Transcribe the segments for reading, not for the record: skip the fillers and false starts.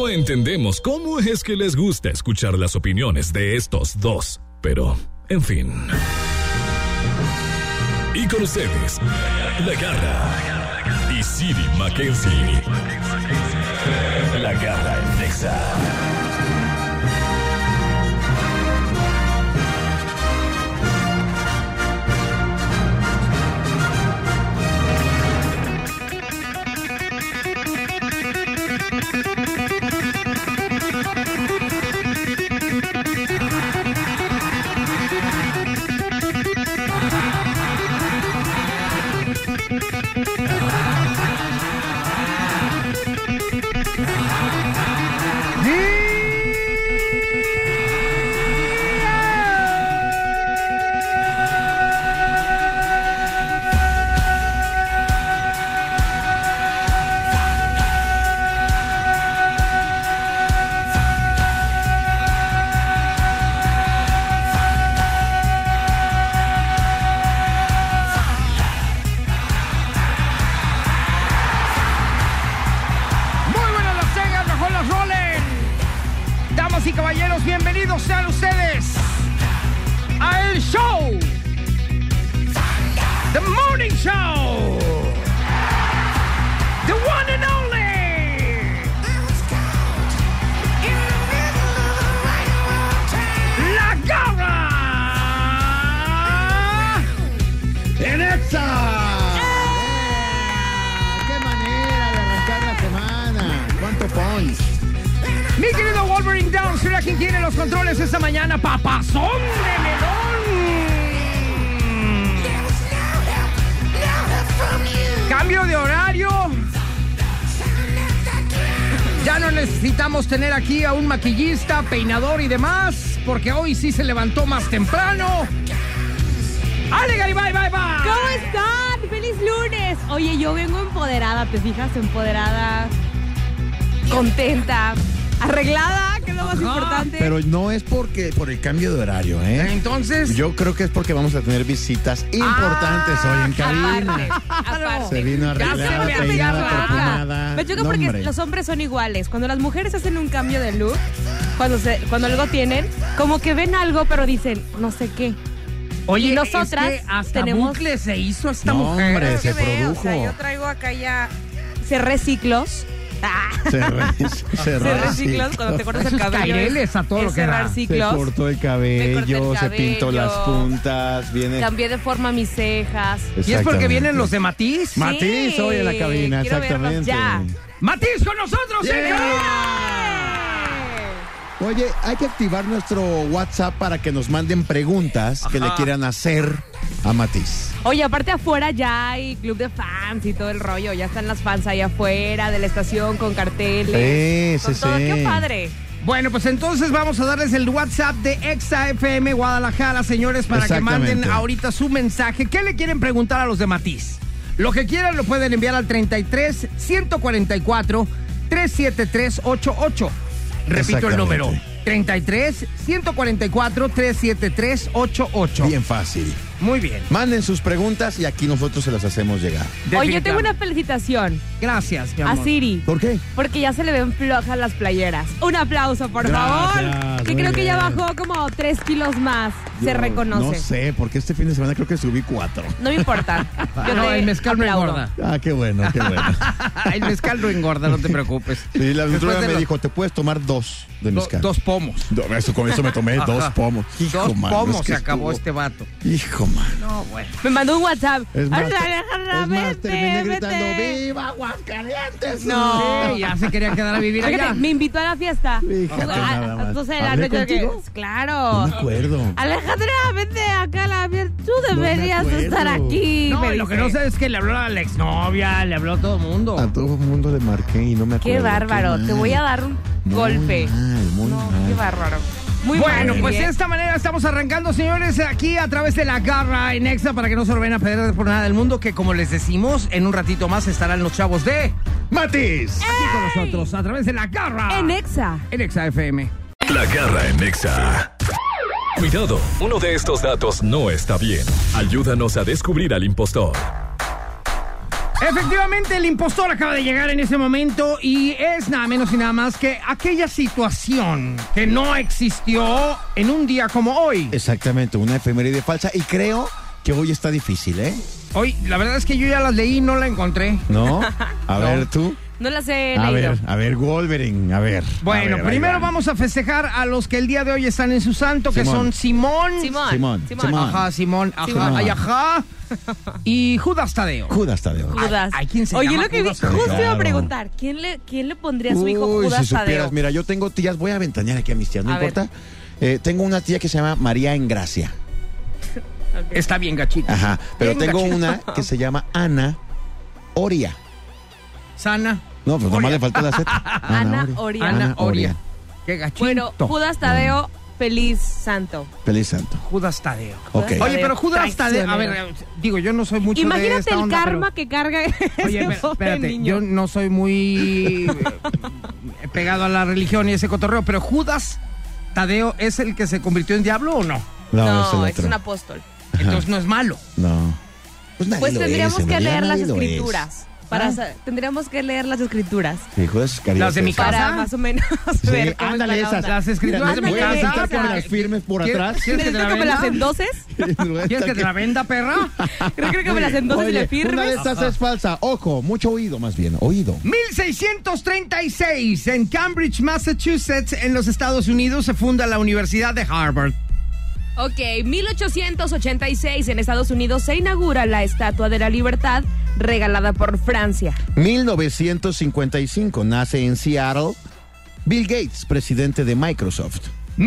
No entendemos cómo es que les gusta escuchar las opiniones de estos dos, pero, en fin. Y con ustedes, La Garra y Siri Mackenzie. La Garra en Nexa. Bienvenidos sean ustedes a el show, The Morning Show, The One and Only, La Garra en Nexa. ¡Qué manera de arrancar la semana! ¿Cuánto points? Mi querido Wolverine Down, será quien tiene los controles esta mañana. ¡Papazón de melón! Cambio de horario. Ya no necesitamos tener aquí a un maquillista, peinador y demás, porque hoy sí se levantó más temprano. ¡Ale, Garibay, bye, bye! ¿Cómo están? ¡Feliz lunes! Oye, yo vengo empoderada, ¿te fijas? Empoderada, contenta, arreglada, que es lo más importante. Pero no es por el cambio de horario, ¿eh? Entonces, yo creo que es porque vamos a tener visitas importantes hoy en cabina. Aparte. Se vino arreglada, peinada, perfumada. Me choca porque los hombres son iguales. Cuando las mujeres hacen un cambio de look, cuando algo tienen, como que ven algo, pero dicen, no sé qué. oye, y nosotras es que hasta tenemos... bucle se hizo esta No, mujer. hombre, se ve, produjo. o sea, yo traigo acá ya reciclos. Se reciclos cuando te cortas el Esos cabello. caireles a todo lo que da. Se Ciclos. cortó el Me cabello, corté el se pintó cabello. las puntas, viene... Cambié de forma mis cejas. Y es porque vienen los de Matiz. Matiz hoy en la cabina, quiero verlos exactamente. ya. Matiz con nosotros, Yeah. señor. Oye, hay que activar nuestro WhatsApp para que nos manden preguntas que le quieran hacer a Matiz. Oye, aparte afuera ya hay club de fans y todo el rollo. Ya están las fans ahí afuera de la estación con carteles. Sí, con sí, todo. sí. ¡Qué padre! Bueno, pues entonces vamos a darles el WhatsApp de Exa FM Guadalajara, señores, para que manden ahorita su mensaje. ¿Qué le quieren preguntar a los de Matiz? Lo que quieran lo pueden enviar al 33 144 373 88. Repito el número. 33 144 373 88. Bien fácil. Muy bien. Manden sus preguntas y aquí nosotros se las hacemos llegar. Oye, yo tengo una felicitación Gracias, mi a amor. Siri. ¿Por qué? Porque ya se le ven flojas las playeras. Un aplauso, por favor. Que muy creo que ya bien. bajó como 3 kilos más. Se Yo reconoce. No sé, porque este fin de semana creo que subí 4. No me importa. Yo No, te el mezcal no aplaudo. engorda. Ah, qué bueno, qué bueno. El mezcal no engorda, no te preocupes. Sí, la Después nutrióloga de me los- dijo, te puedes tomar 2 de mezcal. Dos pomos. Con eso me tomé 2 pomos. Hijo, Dos mano, pomos es que se acabó estuvo- este vato. Hijo, mano. No, bueno. Me mandó un WhatsApp. Es más, Alejandra, es más, vete, terminé gritando, vete. ¡Viva Aguascalientes! No. Sí, ya se quería quedar a vivir Fíjate, allá. me invitó a la fiesta. Fíjate nada más. Entonces la ¿Hablé noche que... contigo? Claro. No me acuerdo. Alejandra, vete acá a la fiesta. Tú deberías acuerdo. estar aquí. No, me lo que dice. no sé es que le habló a la exnovia, le habló a todo el mundo. A todo el mundo le marqué y no me acuerdo. Qué bárbaro. Te voy a dar un golpe. Muy No, mal. qué bárbaro. Muy Bueno, mal, pues ¿eh? de esta manera estamos arrancando, señores, aquí a través de La Garra en Exa, para que no se lo vayan a perder por nada del mundo, que como les decimos, en un ratito más estarán los chavos de ¡Matiz! aquí con nosotros, a través de La Garra. En Exa. En Exa FM. La Garra en Nexa. Cuidado, uno de estos datos no está bien. Ayúdanos a descubrir al impostor. Efectivamente, el impostor acaba de llegar en ese momento y es nada menos y nada más que aquella situación que no existió en un día como hoy. Exactamente, una efeméride falsa y creo que hoy está difícil, ¿eh? Hoy, la verdad es que yo ya las leí y no la encontré. ¿No? A ver, tú. No las he leído. A ver, Wolverine, a ver. Bueno, primero vamos a festejar a los que el día de hoy están en su santo, que son Simón. Ajá, Simón. Ajá, ay, ajá. Y Judas Tadeo. Judas. Ay, ¿quién se Oye, llama lo que Judas justo iba a preguntar, ¿quién le pondría a su hijo Judas si supieras, Tadeo? mira, yo tengo tías, voy a ventanear aquí a mis tías, ¿no importa? Tengo una tía que se llama María Engracia. Okay. Está bien gachita. Ajá, pero bien tengo gachita. una que se llama Ana Oria. Sana. No, pues nomás le faltó la Z. Ana Oria. Ana Oria. Qué gachito. Bueno, Judas Tadeo, feliz santo. Feliz santo. Judas Tadeo. Ok. Oye, pero Judas Tadeo, a ver, digo, yo no soy mucho Imagínate de esta el onda, karma que carga Oye, ese joven espérate, niño. yo no soy muy pegado a la religión y ese cotorreo, pero Judas Tadeo es el que se convirtió en diablo o no? No, el es otro. un apóstol. Entonces no es malo. No. Pues, nadie Pues lo tendríamos es, en que realidad leer las nadie lo es. escrituras. Tendríamos que leer las escrituras. Sí, Judas Iscariote. Las de mi casa. Para más o menos Sí, ver cómo ándale está la esas. onda. Las escrituras Mira, de mi voy a casa. sentar con las firmes por atrás. ¿Quieres que te ¿Necesito la que me las venda? endoses? ¿Quieres que te la venda, perra? Creo que me las endoses y Oye, le firmes. una de estas es falsa. Ojo, mucho oído más bien. Oído. 1636, en Cambridge, Massachusetts, en los Estados Unidos, se funda la Universidad de Harvard. Ok, 1886 en Estados Unidos se inaugura la Estatua de la Libertad regalada por Francia. 1955 nace en Seattle Bill Gates, presidente de Microsoft.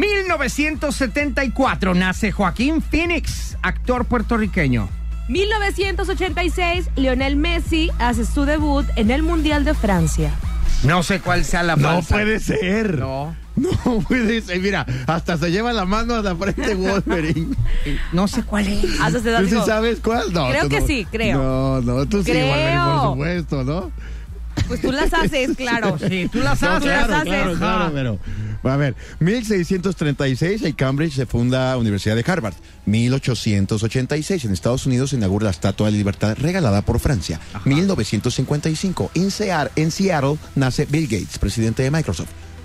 1974 nace Joaquín Phoenix, actor puertorriqueño. 1986 Lionel Messi hace su debut en el Mundial de Francia. No sé cuál sea la falsa. No puede ser. No. No puede ser. Mira, hasta se lleva la mano a la frente Wolverine. No sé cuál es. Hasta se da ¿Tú sí digo, sabes cuál? No. Creo tú que no. sí, creo. No, tú sí, Creo. Wolverine, por supuesto, ¿no? Pues tú las haces, claro. Sí, tú las No, haces. claro, pero... A ver, 1636 en Cambridge se funda Universidad de Harvard. 1886 en Estados Unidos se inaugura la Estatua de la Libertad regalada por Francia. 1955 en Seattle nace Bill Gates, presidente de Microsoft.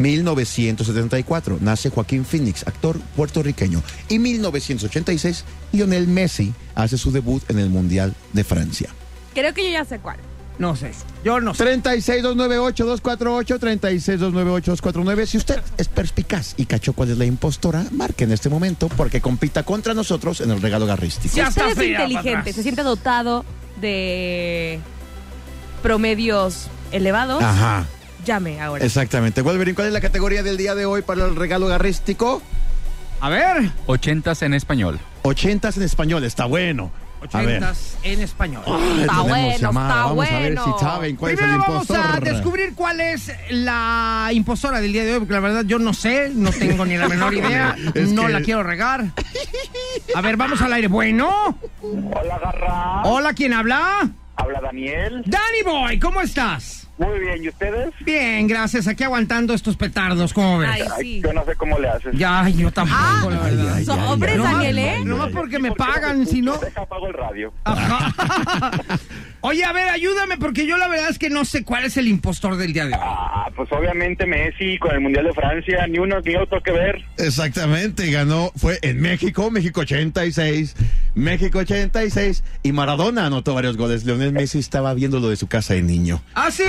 1974 nace Joaquín Phoenix, actor puertorriqueño. Y 1986 Lionel Messi hace su debut en el Mundial de Francia. Creo que yo ya sé cuál. No sé. Yo no sé. 36298248, 36298249. Si usted es perspicaz y cachó cuál es la impostora, marque en este momento porque compita contra nosotros en el regalo garrístico. Si Ya usted está es fría para inteligente, atrás. se siente dotado de promedios elevados, Ajá, llame ahora. exactamente. Wolverine, ¿cuál es la categoría del día de hoy para el regalo garrístico? A ver. 80s en español. 80s en español, está bueno. A ver. 80s en español. Está Tenemos bueno, llamada. está Vamos a ver bueno. si saben cuál Primero es el vamos impostor. a descubrir cuál es la impostora del día de hoy, porque la verdad yo no sé, no tengo ni la menor idea, Es no que- la quiero regar. A ver, vamos al aire. Bueno. Hola, Garra. Hola, ¿quién habla? Habla Daniel. Danny Boy, ¿cómo estás? Muy bien, ¿y ustedes? Bien, gracias. Aquí aguantando estos petardos, ¿cómo ves? Ay, Ay, sí. yo no sé cómo le haces. Ya, yo tampoco, la verdad. ay, So, ay, hombres, ay, Daniel, ay, ¿eh? ay, Nomás ay. porque me ¿Por qué pagan, no si no... Deja, apago el radio. Ajá. Oye, a ver, ayúdame, porque yo la verdad es que no sé cuál es el impostor del día de hoy. Pues obviamente Messi con el Mundial de Francia, ni uno ni otro que ver. Exactamente, ganó, fue en México 86, México 86, y Maradona anotó varios goles. Lionel Messi estaba viendo lo de su casa de niño. ¿Ah, sí?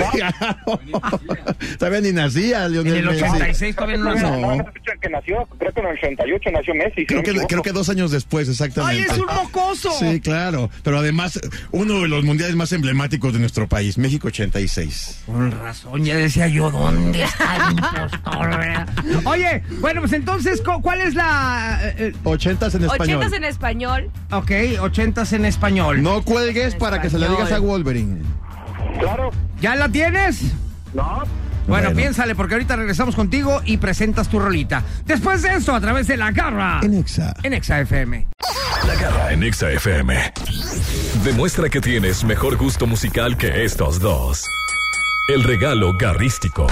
Todavía ni nacía En Lionel el Messi. 86 todavía no nació. No. Que nació, creo que en el 88 nació Messi. si Creo no me equivoco. que 2 años después, ¡Ay, exactamente. es un mocoso! Sí, claro. Pero además, uno de los mundiales más emblemáticos de nuestro país, México 86. Con razón, ya decía yo, ¿dónde está el impostor? ¿verdad? Oye, bueno, pues entonces, ¿cuál es la...? 80s en español. 80s en español. Ok, 80s en español. No cuelgues para que se le digas a Wolverine. Claro. ¿Ya la tienes? No. Bueno, Bueno. piénsale, porque ahorita regresamos contigo y presentas tu rolita. Después de esto, a través de La Garra. En Exa. En Exa FM. La Garra en Exa FM. Demuestra que tienes mejor gusto musical que estos dos. El regalo garrístico.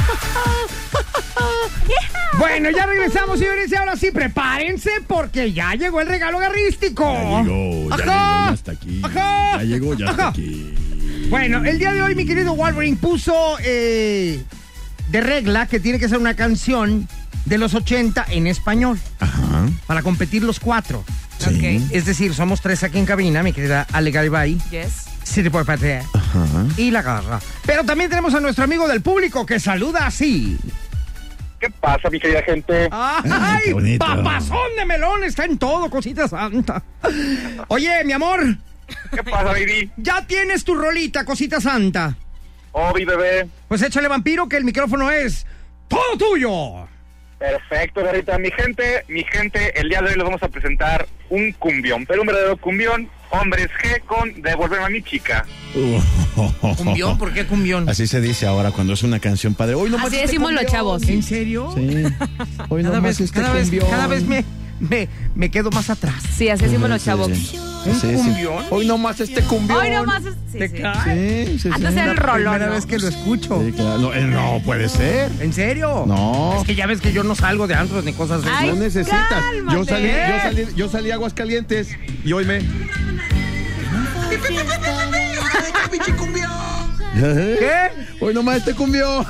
Bueno, ya regresamos, señores, y ahora sí, prepárense, porque ya llegó el regalo garrístico. Ya llegó, Ajá. ya está aquí. Ajá. Ya llegó, ya está Ajá. aquí. Bueno, el día de hoy, mi querido Wolverine puso de regla que tiene que ser una canción de los 80 en español. Ajá. Para competir los 4. Sí. Ok. Es decir, somos 3 aquí en cabina, mi querida Ale Garibay, Yes. City Boy Patea Ajá. y La Garra. Pero también tenemos a nuestro amigo del público que saluda así. ¿Qué pasa, mi querida gente? ¡Ay, qué bonito! papazón de melón! Está en todo, cosita santa. Oye, mi amor, ¿Qué pasa, baby? ya tienes tu rolita, cosita santa. Obi, bebé. Pues échale, vampiro, que el micrófono es todo tuyo. Perfecto, Garrita. Mi gente, el día de hoy les vamos a presentar un cumbión, pero un verdadero cumbión. Hombres G con Devuélveme a mi chica. ¿Cumbión? ¿Por qué cumbión? Así se dice ahora cuando es una canción padre. Hoy nomás Así este decimos los cumbión. chavos. ¿En serio? Sí. Hoy Cada nomás vez, este cada vez, cumbión. cada vez me quedo más atrás. Sí, así decimos los chavos. ¿Un cumbión? Hoy nomás este cumbión. Hoy nomás es... Sí, ¿Te sí. cae? Sí, sí, Antes sí. era el rolón, Primera ¿no? vez que lo escucho. Sí, claro. No puede ser. ¿En serio? No. Es que ya ves que yo no salgo de antros ni cosas así. Ay, No necesitas. cálmate. Yo salí a Aguascalientes y hoy me. ¿Qué? Hoy nomás este cumbión.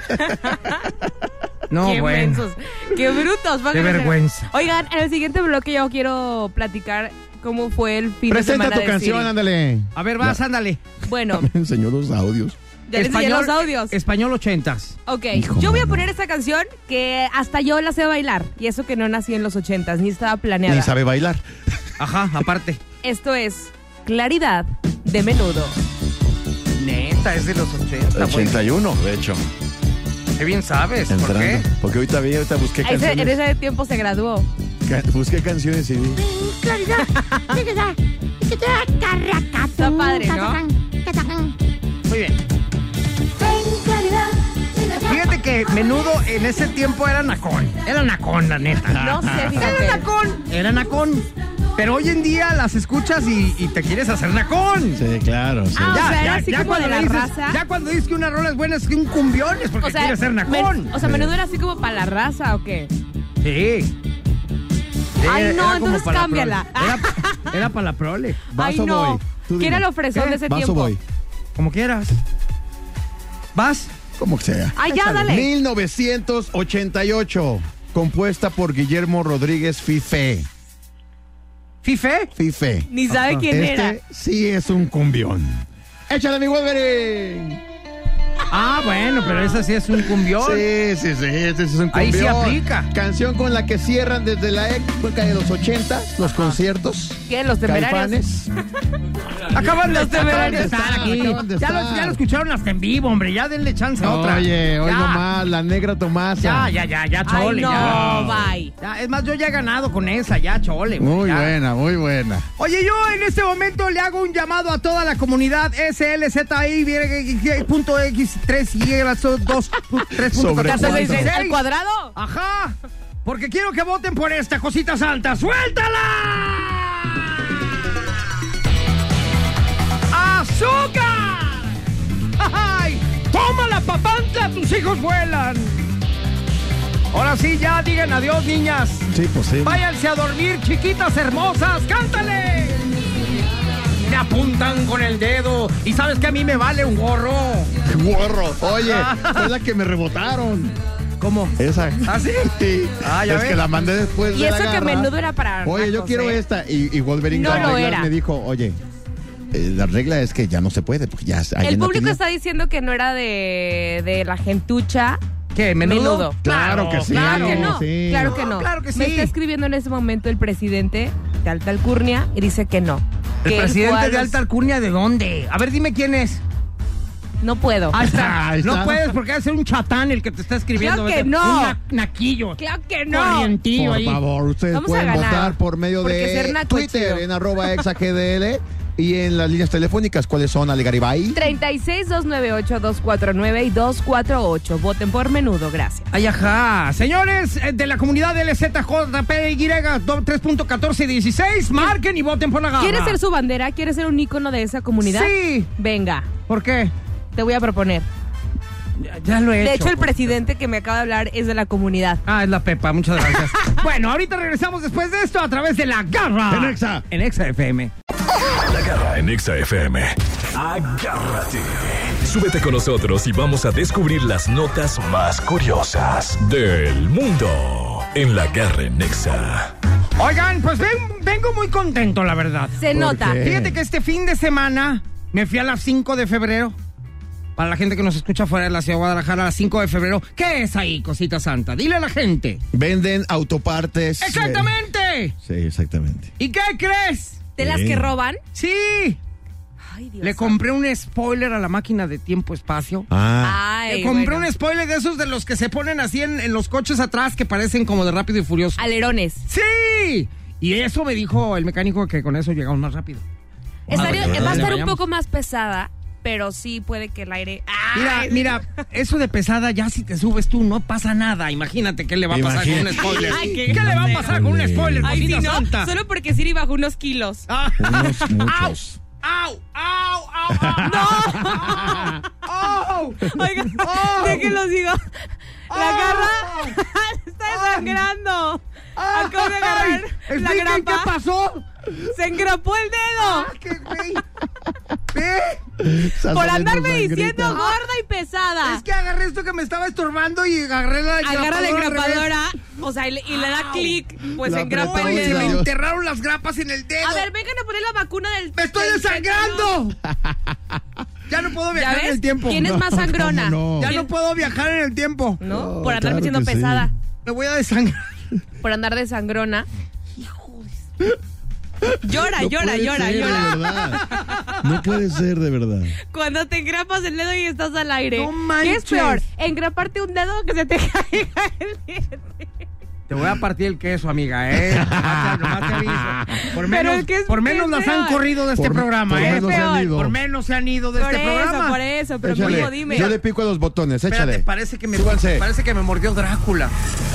No, Qué bueno. mensos, qué brutos. Qué vergüenza. Oigan, en el siguiente bloque yo quiero platicar cómo fue el fin Presenta de semana tu de canción, Siri. ándale. A ver, vas, ándale. Bueno, Me enseñó los audios. ya les enseñé los audios. Español 80s. Ok, Hijo, yo voy a mano. poner esta canción que hasta yo la sé bailar. Y eso que no nací en los 80s, ni estaba planeada. Ni sabe bailar. Ajá, aparte. Esto es Claridad de Menudo. Neta, es de los 80. güey. 81, de hecho. Qué bien sabes. ¿Por Entrando. qué? Porque ahorita busqué En canciones. ese tiempo se graduó. Busqué canciones y vi. Está padre, ¿no? Muy bien. Fíjate que Menudo en ese tiempo era nacón. Era nacón, la neta. No sé, Era fíjate. nacón. Era nacón. Pero hoy en día las escuchas y te quieres hacer nacón. Sí, claro. Sí. Ah, o sea, era así como de la raza. Ya cuando dices que una rola es buena es que un cumbión es porque quieres ser nacón. Menudo era así como para la raza, ¿o qué? Sí. Ay, no, Era como entonces para la cámbiala. prole. Era para la prole. Ay, ¿Vas o no. voy? Tú ¿Qué era dime. lo fresón de ese ¿Vas o tiempo? voy? Como quieras. ¿Vas? Como sea. Ay, ya, dale. 1988. Compuesta por Guillermo Rodríguez Fife. ¿Fife? Fife. Ni sabe quién era. Sí es un cumbión. Échale, mi Wolverine. Ah, bueno, pero esa sí es un cumbión. Sí, este es un cumbión. Ahí sí aplica. Canción con la que cierran desde la época de los 80 los conciertos. ¿Qué? Los temerarios. Caifanes. Acaban de Acaban de estar estar, aquí. acaban de Ya lo estar. escucharon hasta en vivo, hombre. Ya denle chance a otra. Oye, hoy Ya. nomás, la negra Tomasa. Ya, Ay, chole. no, ya. bye. Ya, es más, yo ya he ganado con esa, ya, chole. güey, Muy ya. buena, muy buena. Oye, yo en este momento le hago un llamado a toda la comunidad SLZI-2.3.14. ¿Al cuadrado? Ajá, porque quiero que voten por esta cosita santa. ¡Suéltala! ¡Azúcar! ¡Ay! ¡Tómala, papantla! ¡Tus hijos vuelan! Ahora sí, ya digan adiós, niñas. Sí, pues sí. Váyanse a dormir, chiquitas hermosas. ¡Cántale! Me apuntan con el dedo. Y sabes que a mí me vale un gorro. Guarro. Oye, es la que me rebotaron. ¿Cómo? Esa. ¿Ah, sí? Sí. Ah, ya es ves. que la mandé después Y de eso la que garra. Menudo era para Oye, yo nacos, quiero ¿eh? esta. Y Wolverine No lo Garra era. me dijo, oye, la regla es que ya no se puede, porque ya alguien El la público pidió. está diciendo que no era de la gentucha. ¿Qué? ¿Menudo? Claro que sí. Claro que no, sí. claro que no. Claro que sí. Me está escribiendo en ese momento el presidente de Alta Alcurnia y dice que no. ¿El Que él fue presidente a de los- Alta Alcurnia de dónde? A ver, dime quién es. No puedo. Ahí está. Ahí está. No puedes porque va a ser un chatán el que te está escribiendo. Claro que Vete. no. Un naquillo. Claro que no. Corrientillo Por ahí. favor, ustedes Vamos a pueden ganar, votar por medio porque ser de naco es Twitter chido. en @exagdl y en las líneas telefónicas. ¿Cuáles son, Ale Garibay? 36-298-249 y 248. Voten por Menudo, gracias. Ay, ajá. Señores de la comunidad LZJPY 3.1416, marquen y voten por la garra. ¿Quieres ser su bandera? ¿Quieres ser un ícono de esa comunidad? Sí. Venga, ¿Por qué? te voy a proponer. Ya lo he hecho. De hecho, el presidente que me acaba de hablar es de la comunidad. Ah, es la Pepa, muchas gracias. Bueno, ahorita regresamos después de esto a través de La Garra. En Exa. En Exa FM. La Garra en Exa FM. agárrate. Súbete con nosotros y vamos a descubrir las notas más curiosas del mundo en La Garra en Nexa. Oigan, pues vengo muy contento, la verdad. Se nota. Fíjate que este fin de semana me fui a las 5 de febrero. Para la gente que nos escucha fuera de la ciudad de Guadalajara, a las 5 de febrero. ¿Qué es ahí, cosita santa? Dile a la gente. Venden autopartes. ¡Exactamente! Sí, exactamente. ¿Y qué crees? ¿De las que roban? Sí. Ay, Dios. Le compré un spoiler a la máquina de tiempo-espacio. Ay, Le compré bueno. un spoiler de esos de los que se ponen así en los coches atrás que parecen como de Rápido y Furioso. Alerones. ¡Sí! Y eso me dijo el mecánico que con eso llegamos más rápido. Va a estar un Vayamos. poco más pesada, pero sí puede que el aire... Mira, eso de pesada, ya si te subes tú, no pasa nada. Imagínate qué le va a pasar con un spoiler. Ay, ¿Qué le va a pasar con un spoiler, Ay, sí, cosita ¿no? santa? Solo porque Siri bajó unos kilos. Unos muchos. ¡Au! ¡Au! ¡Au! ¡No! Oigan, déjenlos digo. La garra está desangrando. Acabo de agarrar la Expliquen grapa. ¿Qué pasó? Se engrapó el dedo. ¡Qué güey! ¿Ve? Por andarme diciendo gorda y pesada. Es que agarré esto que me estaba estorbando y agarré la Agarra la al revés. engrapadora, o sea, y le da clic, pues La se engrapa el apretó y Se me dedo. enterraron las grapas en el dedo. A ver, vengan a poner la vacuna del... ¡Me estoy del desangrando! Ya no puedo ¿Ya viajar en ves? el tiempo. ¿Quién es más sangrona? ¿cómo no? Ya no puedo viajar en el tiempo. ¿No? No, Por claro andarme diciendo que sí. pesada. Me voy a desangrar. Por andar de sangrona. Llora, No llora, puede llora, ser, llora. de verdad. No puede ser, de verdad. Cuando te engrapas el dedo y estás al aire. No ¿Qué es manches. peor? ¿Engraparte un dedo o que se te caiga el diente? Te voy a partir el queso, amiga, nomás te aviso. Por Pero menos, es que es- por menos es las peor. han corrido de este programa, por ¿eh? menos se han peor. ido. Por menos se han ido de Por este programa. eso, pero Échale. mijo, dime. Yo le pico a los botones, échale. Espérate, Súbanse. parece que me mordió Drácula.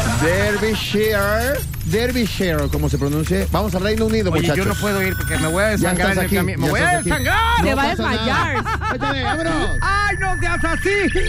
Derbyshire, ¿cómo se pronuncia? Vamos al Reino Unido, Oye, muchachos. yo no puedo ir porque me voy a desangrar estás en el aquí, camino. ¡Me ya voy a estás aquí. desangrar! Se va a pasa nada. desmayar. Échale, vámonos. ¡Ay, no seas así!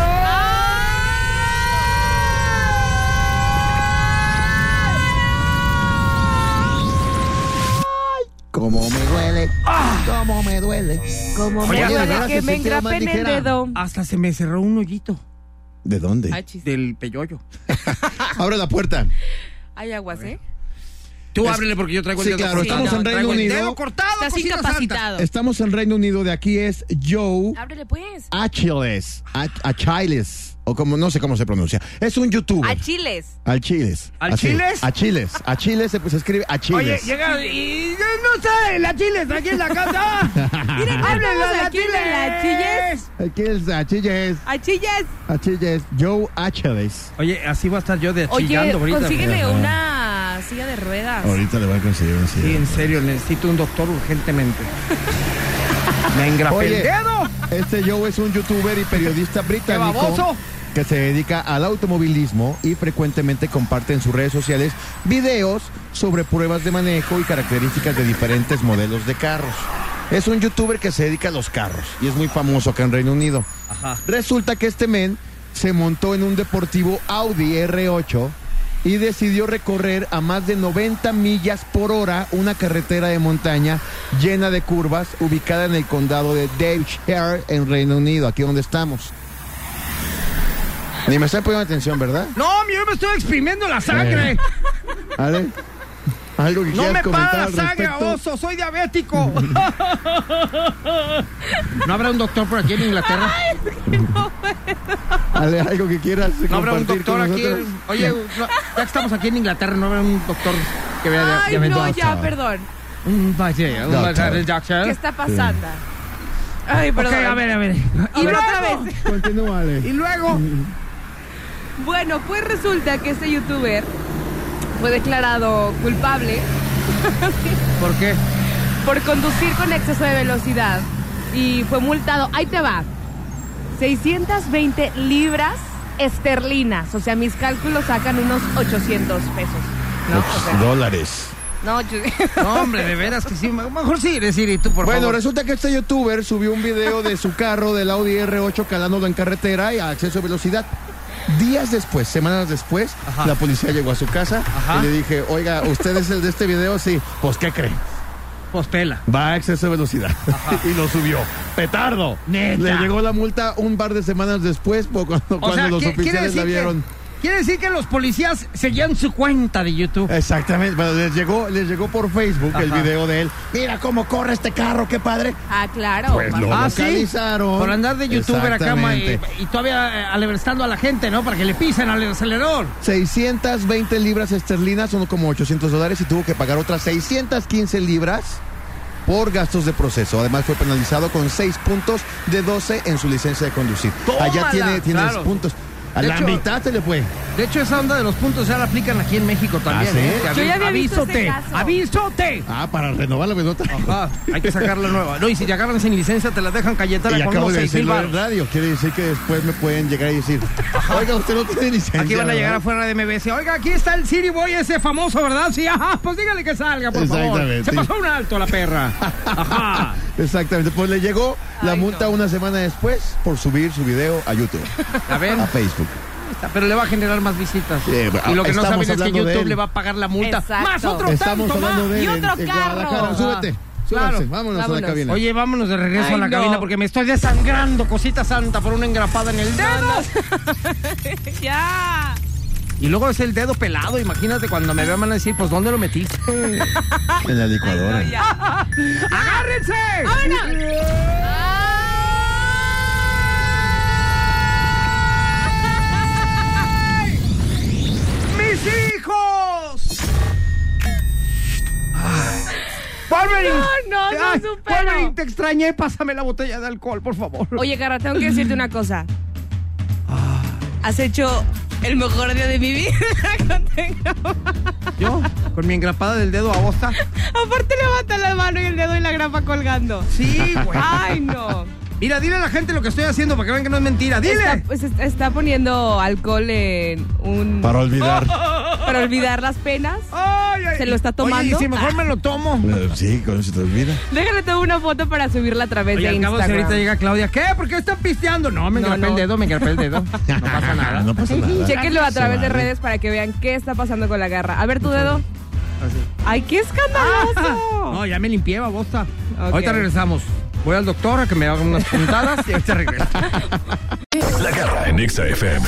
Cómo me duele, cómo me duele. Como Oye, me de duele veras que se me sintió más engrapen el ligera. dedo. Hasta se me cerró un hoyito ¿De dónde? Ay, chis. del peyoyo. Abre la puerta. Hay aguas, ¿eh? Tú ábrele porque yo traigo el Sí, dedo claro, cortado. estamos en Traigo Reino el Unido. dedo cortado, Estás cosita incapacitado. Estamos en Reino Unido, de aquí es Joe Ábrele, pues. Achilles. Achilles. O como no sé cómo se pronuncia. Es un youtuber. A chiles. Achilles. ¿Achiles? Achilles. Achilles se escribe Santa. Achilles. Oye, llega y no sale la chiles aquí en la casa. Miren, Háblenle a la aquí en la chilles. Achilles. Achilles. Achilles. Achilles. Joe Achilles. Oye, así va a estar yo de Oye, chillando ahorita. consíguele Ajá. una silla de ruedas. Ahorita le voy a conseguir una silla. Sí, en serio, necesito un doctor urgentemente. Me engrapé Oye, el dedo. Este Joe es un youtuber y periodista británico baboso! que se dedica al automovilismo y frecuentemente comparte en sus redes sociales videos sobre pruebas de manejo y características de diferentes modelos de carros. Es un youtuber que se dedica a los carros y es muy famoso acá en Reino Unido. Ajá. Resulta que este men se montó en un deportivo Audi R8 y decidió recorrer a más de 90 millas por hora una carretera de montaña llena de curvas ubicada en el condado de Derbyshire en Reino Unido, aquí donde estamos. Ni me están poniendo atención, ¿verdad? No, yo me estoy exprimiendo la sangre. ¿Vale? ¿Algo que No quieras me comentar para la al sangre, respecto? oso, soy diabético. ¿No habrá un doctor por aquí en Inglaterra? ¿Ale, algo que quieras ¿No habrá un compartir doctor con aquí? nosotros? Oye, ya que estamos aquí en Inglaterra, ¿no habrá un doctor que vea Ay, diabetes? no, ya, perdón. Un Doctor. doctor. ¿Qué está pasando? Ay, perdón. Ok, a ver. Y luego, otra vez. Continúa, Ale. y luego. Bueno, pues resulta que este youtuber fue declarado culpable ¿Por qué? por conducir con exceso de velocidad y fue multado. Ahí te va. 620 libras esterlinas. O sea, mis cálculos sacan unos 800 pesos. ¿No? O sea, Dólares. no, No, hombre, de veras que sí. Mejor sí, Siri, tú, por Bueno, favor. resulta que este youtuber subió un video de su carro del Audi R8 calándolo en carretera y a exceso de velocidad. Días después, semanas después, Ajá. la policía llegó a su casa Ajá. y le dije, oiga, ¿usted es el de este video? Sí. Pues, ¿qué cree? Pues pela. Va a exceso de velocidad. Y lo subió. ¡Petardo! Neta. Le llegó la multa un par de semanas después, cuando los oficiales la vieron. Quiere decir que los policías seguían su cuenta de YouTube. Exactamente. Bueno, les llegó por Facebook el video de él. Mira cómo corre este carro, qué padre. Ah, claro. Pues lo localizaron. ¿Sí? Por andar de youtuber acá y todavía alebrestando a la gente, ¿no? Para que le pisen al acelerador. 620 libras esterlinas, son como $800, y tuvo que pagar otras 615 libras por gastos de proceso. Además fue penalizado con 6 puntos de 12 en su licencia de conducir. ¡Tómala! Allá tiene Claro. puntos. A la mitad se le fue. De hecho, esa onda de los puntos ya la aplican aquí en México también. ¿sí? Yo ya había visto ese ¡Avísote! caso. ¡Avísote! Para renovar la pelota. Ajá, hay que sacar la nueva. No, y si te agarran sin licencia, te la dejan Y Cayetana con acabo unos de 6,000 decirlo en baros. radio. Quiere decir que después me pueden llegar y decir, oiga, usted no tiene licencia. Aquí van a llegar ¿verdad? afuera de MBS. Oiga, aquí está el City Boy ese famoso, ¿verdad? Sí, ajá, pues dígale que salga, por favor. Exactamente. Se pasó un alto la perra. Ajá. Exactamente. Pues le llegó la Ay, multa no. una semana después por subir su video a YouTube, A ver, a Facebook. pero le va a generar más visitas. Y lo que no estamos saben es que hablando de YouTube él. le va a pagar la multa. Exacto. Más otro Estamos tanto hablando más. de él Y otro en carro. Guadalajara. Ajá. Súbete. Claro. Súbanse, vámonos a la Vámonos. cabina. Oye, vámonos de regreso Ay, a la no. cabina porque me estoy desangrando, cosita santa, por una engrapada en el dedo. Ya. Y luego es el dedo pelado. Imagínate cuando me vean van a decir, pues, ¿dónde lo metiste? En la licuadora. No, ya. ¡Agárrense! ¡Mis hijos! Wolverine. No, no Ay, supero. Wolverine, te extrañé. Pásame la botella de alcohol, por favor. Oye, Garra, tengo que decirte una cosa. Has hecho el mejor día de mi vida. Yo, con mi engrapada del dedo a bosta. Aparte levanta la mano y el dedo y la grapa colgando. Sí, güey. Ay, no. Mira, dile a la gente lo que estoy haciendo para que vean que no es mentira. ¡Dile! Está poniendo alcohol en un... Para olvidar. Para olvidar las penas. Ay, ay. ¿Se lo está tomando? Oye, y si mejor me lo tomo. Sí, con eso se te olvida. Déjale tomar una foto para subirla a través Oye, de al cabo, si Instagram. ahorita llega Claudia, ¿qué? ¿Por qué están pisteando? No, me engrapé el dedo, me engrapé el dedo. No pasa nada. No pasa nada. Chéquenlo a Se través de vale. redes para que vean qué está pasando con la garra. A ver tu dedo. ¡Ay, qué escandaloso! No, ya me limpié, babosa. Ok. Ahorita regresamos. Voy al doctor a que me haga unas puntadas y ahorita regreso. La Garra en Exa FM.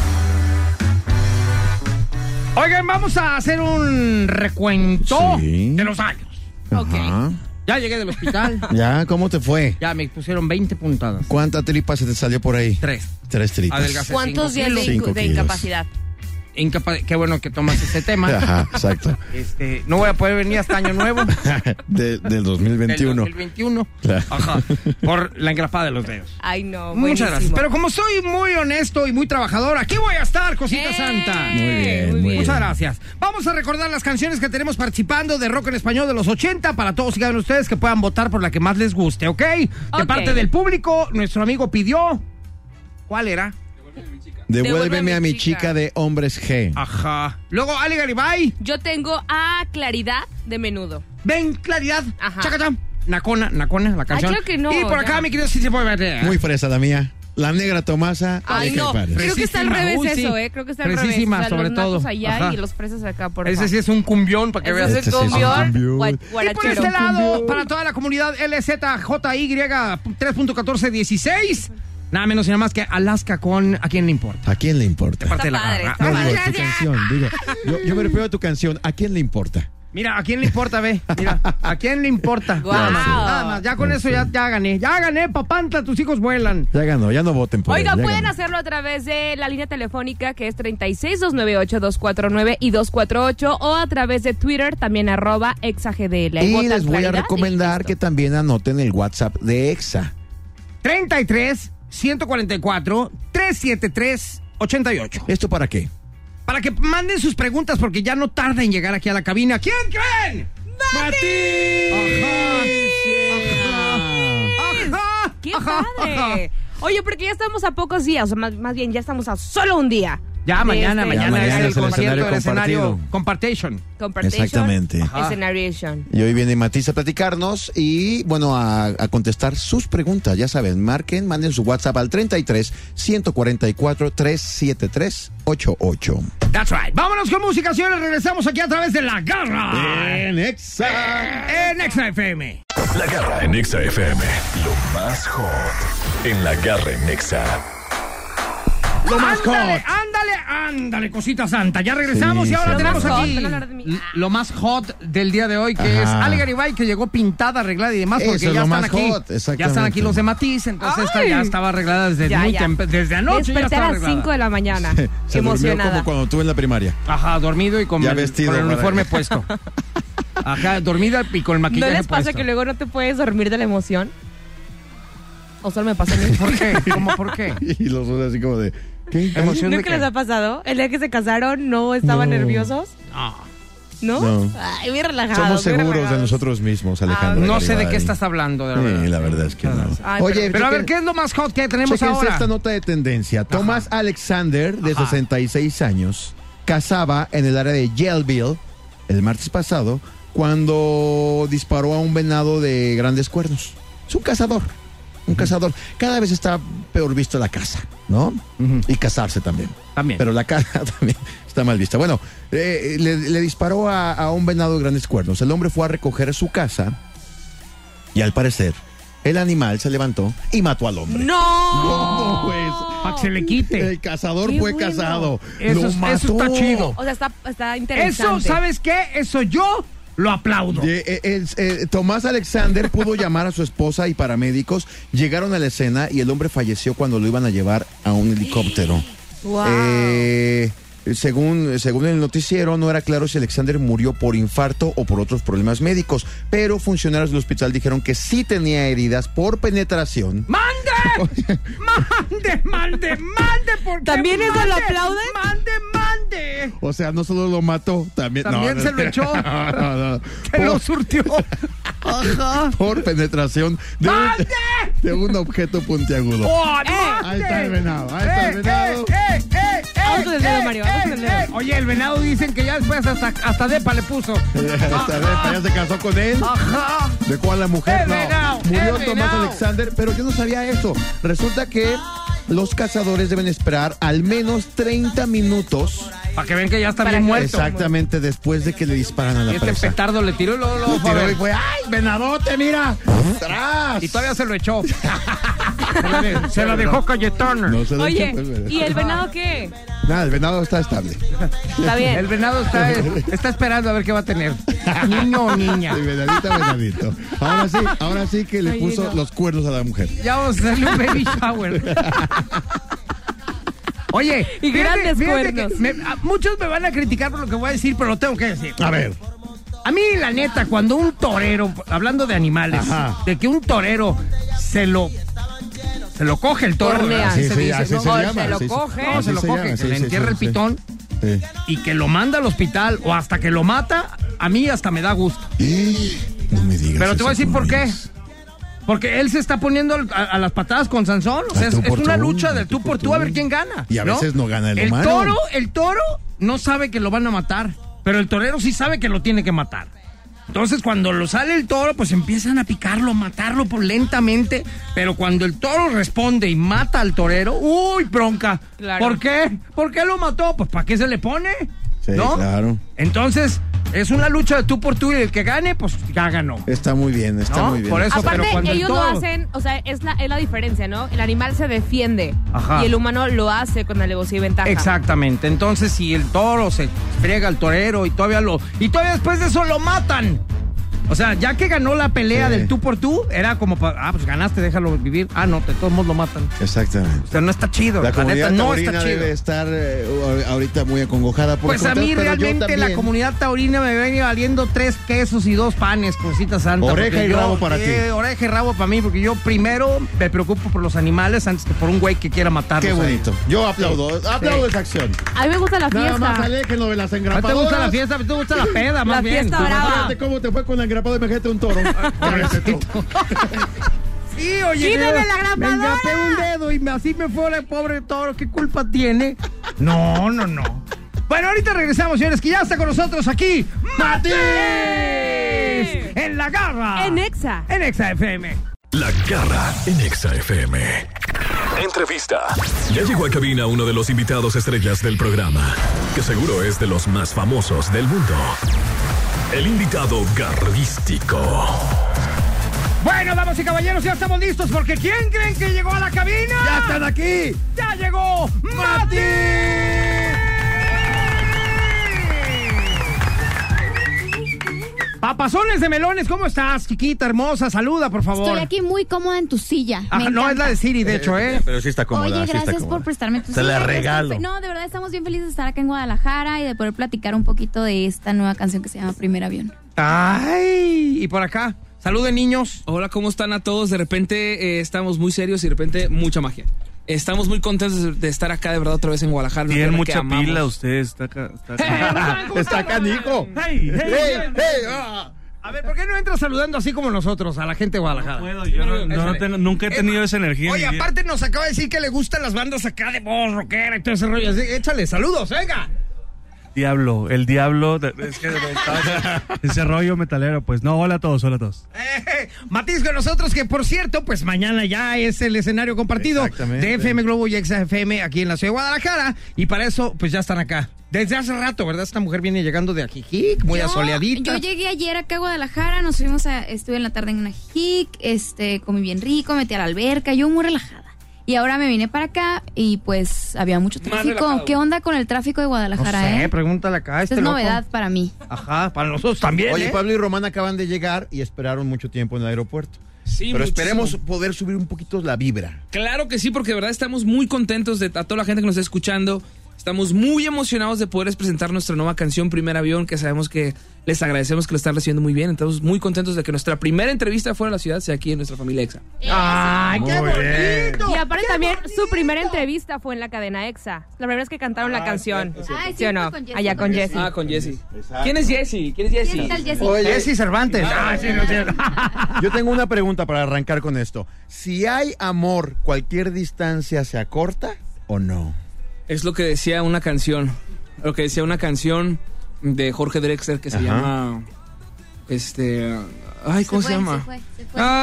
Oigan, vamos a hacer un recuento Sí. de los años. Ok. Ajá. Ya llegué del hospital. Ya, ¿cómo te fue? Ya me pusieron 20 puntadas. ¿Cuánta tripa se te salió por ahí? 3. 3 tripas. Adelgacé. ¿Cuántos 5 días de, kilos. 5 de kilos. incapacidad? Qué bueno que tomas ese tema. Ajá, exacto. No voy a poder venir hasta Año Nuevo. Del Del 2021. 2021. Claro. Ajá. Por la engrapada de los dedos. Ay, no, Muchas gracias. buenísimo. Pero como soy muy honesto y muy trabajador, aquí voy a estar, cosita santa. Muy bien, muy bien. Muchas gracias. Vamos a recordar las canciones que tenemos participando de rock en español de los 80 para todos y cada uno de ustedes que puedan votar por la que más les guste, ¿ok? De Ok. parte del público, nuestro amigo pidió... ¿Cuál era? Devuélveme a mi chica de Hombres G. Ajá. Luego Ale Garibay. Yo tengo a Claridad de Menudo. Ven, claridad. Ajá. Chacatán. Nacona, la canción. claro que no, Y por acá, ya. mi querido sí se puede ver. Muy fresa la mía. La negra Tomasa. Ay, de no. Caifanes. Creo que está al Fresísima, revés uy, sí. eso, Creo que está al revés. Fresísima, O sea, sobre los nacos todo. allá Ajá. y los fresas acá, por Ese favor. sí es un cumbión para que veas. Ese es Este sí es un cumbión, cumbión. Y por guarachero. este lado, para toda la comunidad LZJY 3.1416, nada menos y nada más que Alaska con ¿A quién le importa? ¿A quién le importa? Parte de la padre, garra. está No, padre. digo, tu canción, digo. Yo me refiero a tu canción. ¿A quién le importa? Mira, ¿a quién le importa, ve? Mira, ¿a quién le importa? Guau. Nada más, ya con eso ya gané. Ya gané, papantla, tus hijos vuelan. Ya ganó, ya no voten por Oiga, él, ya pueden ganó. hacerlo a través de la línea telefónica que es 36-298-249 y 248 o a través de Twitter también @exagdl. Ahí Y votan les voy a Claridad y recomendar listo. que también anoten el WhatsApp de EXA. 33-144-373-88. ¿Esto para qué? Para que manden sus preguntas porque ya no tarda en llegar aquí a la cabina. ¿Quién creen? ¡Mati! Ajá. ¡Qué Ajá. padre! Oye, porque ya estamos a pocos días, o más bien ya estamos a solo un día Ya, mañana es el concierto del escenario Compartition. Compartition. Exactamente. Escenariation. Y hoy viene Matiz a platicarnos y, bueno, a contestar sus preguntas. Ya saben, manden su WhatsApp al 33-144-373-88. That's right. Vámonos con música, señores. Regresamos aquí a través de La Garra. En Exa. En Exa FM. La Garra en Exa FM. Lo más hot en La Garra en Exa. Lo más hot. Ándale, cosita santa. Ya regresamos y ahora tenemos aquí lo más hot del día de hoy, que es Ale Garibay, que llegó pintada, arreglada y demás, porque ya están aquí. Ya están aquí los de Matiz, entonces esta ya estaba arreglada desde anoche. Desperté a las 5 de la mañana. Se emocionada. como cuando estuve en la primaria. Ajá, dormido y con el uniforme para... puesto. Ajá, dormida y con el maquillaje ¿No les pasa puesto. que luego no te puedes dormir de la emoción? ¿O solo me pasa a mí? ¿Por qué? ¿Cómo por qué? Y los dos así como de... ¿Qué? ¿Emoción de ¿Nunca qué? les ha pasado? ¿El día que se casaron no estaban nerviosos? ¿No? No. Ay, muy relajados. Somos seguros de relajados. nosotros mismos, Alejandro. No sé de Garibay. qué estás hablando, de verdad. Sí, la verdad es que no. Ay, Oye, Pero a ver, ¿qué es lo más hot que tenemos chéquense ahora? esta nota de tendencia. Thomas Alexander, de 66 años, cazaba en el área de Yaleville el martes pasado cuando disparó a un venado de grandes cuernos. Es un cazador. Un cazador. Cada vez está peor visto la caza, ¿no? Y cazarse también. Pero la caza también está mal vista. Bueno, le disparó a un venado de grandes cuernos. El hombre fue a recoger su caza y al parecer el animal se levantó y mató al hombre. ¡No! Pues, para que se le quite. El cazador Qué fue bueno. cazado. Eso está chido. O sea, está interesante. Eso, ¿sabes qué? Eso yo lo aplaudo. Tomás Alexander pudo llamar a su esposa y paramédicos. Llegaron a la escena y el hombre falleció cuando lo iban a llevar a un helicóptero. Wow. Según el noticiero, no era claro si Alexander murió por infarto o por otros problemas médicos, pero funcionarios del hospital dijeron que sí tenía heridas por penetración. ¡Mande! ¡Mande! ¿Por qué ¿También eso lo aplauden? ¡Mande! O sea, no solo lo mató, también se lo echó. No. Se lo surtió. Ajá. Por penetración de un objeto puntiagudo. Ahí está el venado. Vamos con el dedo, Mario. Vamos con el dedo. Oye, el venado dicen que ya después hasta depa le puso. Hasta depa ya se casó con él. Ajá. Dejó a la mujer. Murió Tomás venado. Alexander, pero yo no sabía eso. Resulta que los cazadores deben esperar al menos 30 minutos. Para que vean que ya está bien muerto. Exactamente, después de que le disparan a la Este presa. petardo le tiró y luego fue a ver. Y fue, ¡ay, venadote, mira! ¡Tras! Y todavía se lo echó. se la dejó Cayetano. No se lo Oye, echó, pues, ¿y el venado qué? Nada, el venado está estable. Está bien. El venado está esperando a ver qué va a tener. Niño o niña. Sí, venadito. Ahora sí que le puso los cuernos a la mujer. Ya vamos a hacerle un baby shower. Oye, y grandes cuernos. Muchos me van a criticar por lo que voy a decir, pero lo tengo que decir. A ver. A mí, la neta, cuando un torero, hablando de animales, de que un torero se lo coge el toro. Cornea, así se se dice, llama. Se lo coge. No, se lo coge, se le entierra el pitón Sí. y que lo manda al hospital o hasta que lo mata, a mí hasta me da gusto. No me digas. Pero te voy a decir por qué. Luis. Porque él se está poniendo a las patadas con Sansón. O sea, es una lucha del tú por tú a ver quién gana. Y a veces no gana el humano. El toro no sabe que lo van a matar, pero el torero sí sabe que lo tiene que matar. Entonces, cuando lo sale el toro, pues empiezan a picarlo, a matarlo lentamente. Pero cuando el toro responde y mata al torero, ¡uy, bronca! Claro. ¿Por qué? ¿Por qué lo mató? Pues ¿para qué se le pone? Sí, ¿no? claro. Entonces, es una lucha de tú por tú y el que gane, pues ya ganó. Está muy bien, está ¿No? muy bien. Por eso, Aparte, pero cuando ellos el toro... lo hacen, o sea, es la diferencia, ¿no? El animal se defiende. Ajá. Y el humano lo hace con alevosía y ventaja. Exactamente. Entonces, si el toro se friega al torero y todavía después de eso lo matan. O sea, ya que ganó la pelea del tú por tú, era como pues ganaste, déjalo vivir. No, de todos modos lo matan. Exactamente. O sea, no está chido. La comunidad neta, no taurina está chido. debe estar ahorita muy acongojada por Pues a mí realmente la comunidad taurina me viene valiendo 3 quesos y 2 panes, cosita santa. Oreja y rabo para ti. Oreja y rabo para mí, porque yo primero me preocupo por los animales antes que por un güey que quiera matarlos. Qué bonito. Yo aplaudo esa acción. A mí me gusta la fiesta. Nada más aléjenlo de las ¿No engrapadoras. te gusta la fiesta? ¿Te gusta la peda más bien? fiesta brava. Fíjate cómo te fue con la engrapada, imagínate un toro. Sí, oye. ¡Quítame la me grapadora! engrapé un dedo y así me fue el pobre toro. ¿Qué culpa tiene? No. Bueno, ahorita regresamos, señores, que ya está con nosotros aquí Matiz. En La Garra. En Exa. En Exa FM. La Garra en Exa FM. Entrevista. Ya llegó a cabina uno de los invitados estrellas del programa, que seguro es de los más famosos del mundo. El invitado garrístico. Bueno, damas y caballeros, ya estamos listos porque ¿quién creen que llegó a la cabina? ¡Ya están aquí! ¡Ya llegó Matiz! Papazones de melones, ¿cómo estás, chiquita, hermosa? Saluda, por favor. Estoy aquí muy cómoda en tu silla. No, es la de Siri, de hecho, ¿eh? Pero sí está cómoda. Oye, sí gracias está cómoda. por prestarme tu Te silla. la regalo. No, de verdad estamos bien felices de estar acá en Guadalajara y de poder platicar un poquito de esta nueva canción que se llama Primer Avión. Ay, y por acá, saluden, niños. Hola, ¿cómo están a todos? De repente estamos muy serios y de repente mucha magia. Estamos muy contentos de estar acá de verdad otra vez en Guadalajara. Tienen mucha pila ustedes, está acá. Está canijo. ¡Hey! A ver, ¿por qué no entras saludando así como nosotros a la gente de Guadalajara? No puedo, yo nunca he tenido esa energía. Oye, aparte nos acaba de decir que le gustan las bandas acá de voz rockera y todo ese rollo. Así, échale, saludos, venga. El diablo, es que ese rollo metalero, pues no, hola a todos. Matiz con nosotros, que por cierto, pues mañana ya es el escenario compartido de FM Globo y Exa FM aquí en la ciudad de Guadalajara, y para eso, pues ya están acá. Desde hace rato, ¿verdad? Esta mujer viene llegando de Ajijic, muy asoleadita. Yo llegué ayer acá a Guadalajara, estuve en la tarde en una Ajijic, comí bien rico, metí a la alberca, yo muy relajada. Y ahora me vine para acá y pues había mucho tráfico. ¿Qué onda con el tráfico de Guadalajara, No sé, pregúntale acá. Es novedad para mí. Ajá, para nosotros también. Oye, Pablo y Román acaban de llegar y esperaron mucho tiempo en el aeropuerto. Sí, pero muchísimo. esperemos poder subir un poquito la vibra. Claro que sí, porque de verdad estamos muy contentos a toda la gente que nos está escuchando. Estamos muy emocionados de poderles presentar nuestra nueva canción Primer Avión, que sabemos que les agradecemos que lo están recibiendo muy bien. Estamos muy contentos de que nuestra primera entrevista fuera de la ciudad sea aquí en nuestra familia Exa. ¡Ay, qué bonito! Y aparte también su primera entrevista fue en la cadena Exa. La primera vez que cantaron la canción. Ay, ¿Sí o no? con Jessie. Allá con Jessie. Ah, con Jessie. ¿Quién es Jessie? ¿Quién es el Jessie? Oye, Jessie Cervantes. Sí, no es cierto. yo tengo una pregunta para arrancar con esto. Si hay amor, ¿cualquier distancia se acorta o no? Es lo que decía una canción. Lo que decía una canción de Jorge Drexler que se llama. Ay, ¿cómo se llama? Se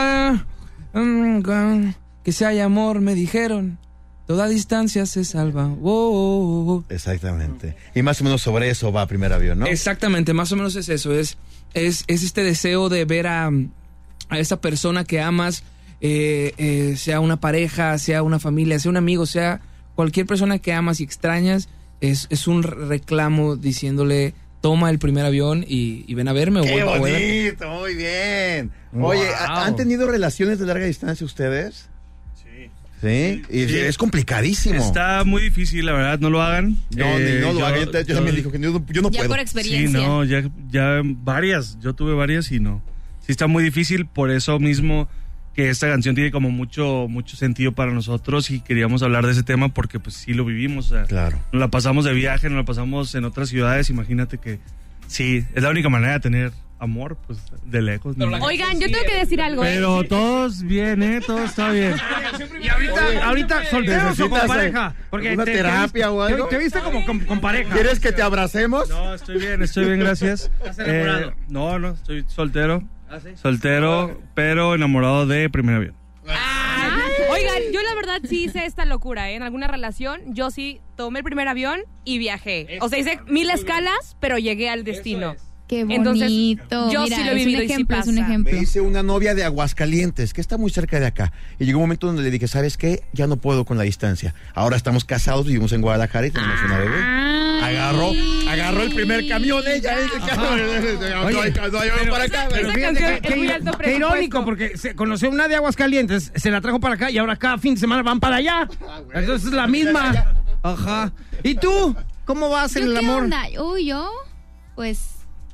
fue. Que si hay amor, me dijeron. Toda distancia se salva. Exactamente. Y más o menos sobre eso va Primer Avión, ¿no? Exactamente, más o menos es eso. Es este deseo de ver a esa persona que amas, sea una pareja, sea una familia, sea un amigo, sea cualquier persona que amas y extrañas. Es un reclamo diciéndole: toma el primer avión y ven a verme. ¡Qué bonito! Muy bien. Oye, ¿han tenido relaciones de larga distancia ustedes? Sí. Y sí. Es complicadísimo. Está muy difícil, la verdad, no lo hagan. No, ni no lo hagan. Yo también dijo que yo no Ya puedo. por experiencia. Sí, no, ya varias. Yo tuve varias y no. Sí está muy difícil, por eso mismo que esta canción tiene como mucho sentido para nosotros y queríamos hablar de ese tema porque pues sí lo vivimos. O sea, claro. Nos la pasamos de viaje, nos la pasamos en otras ciudades. Imagínate que sí, es la única manera de tener amor, pues de lejos. ¿No? Oigan, yo tengo que decir algo. Pero todos bien, todo está bien. Y ahorita solteros o con pareja. Porque ¿una terapia o algo? Te viste como con pareja. ¿Quieres que te abracemos? No, estoy bien, gracias. ¿Estás enamorado? No, estoy soltero. ¿Ah, sí? Soltero, pero enamorado de Primer Avión. Oigan, yo la verdad sí hice esta locura, ¿eh? En alguna relación, yo sí tomé el primer avión y viajé. O sea, hice 1000 escalas, pero llegué al destino. Qué bonito. Entonces, yo Mira, sí lo he vivido y sí es un pasa. ejemplo. Me hice una novia de Aguascalientes, que está muy cerca de acá. Y llegó un momento donde le dije, ¿sabes qué? Ya no puedo con la distancia. Ahora estamos casados, vivimos en Guadalajara y tenemos una bebé. Agarró el primer camión ella. No hay para acá. Pero Esa fíjate canción que- es muy que- alto qué presupuesto. irónico, porque se conoció una de Aguascalientes, se la trajo para acá y ahora cada fin de semana van para allá. Entonces es la misma. Ajá. ¿Y tú? ¿Cómo vas en ¿Yo el qué amor? onda? Uy, yo, pues...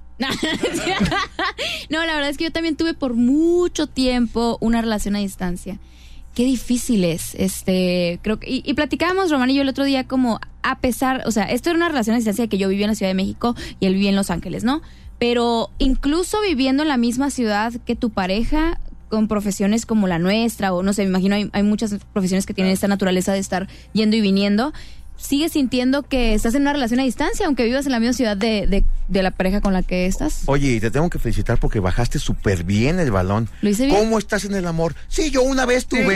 No, la verdad es que yo también tuve por mucho tiempo una relación a distancia. Qué difícil es, creo que, y platicábamos Román y yo el otro día como a pesar, o sea, esto era una relación a distancia que yo vivía en la Ciudad de México y él vivía en Los Ángeles, ¿no? Pero incluso viviendo en la misma ciudad que tu pareja, con profesiones como la nuestra, o no sé, me imagino hay muchas profesiones que tienen esta naturaleza de estar yendo y viniendo. sigues sintiendo que estás en una relación a distancia, aunque vivas en la misma ciudad de la pareja con la que estás. Oye, y te tengo que felicitar porque bajaste súper bien el balón. ¿Lo hice bien? ¿Cómo estás en el amor? Sí, yo una vez tuve.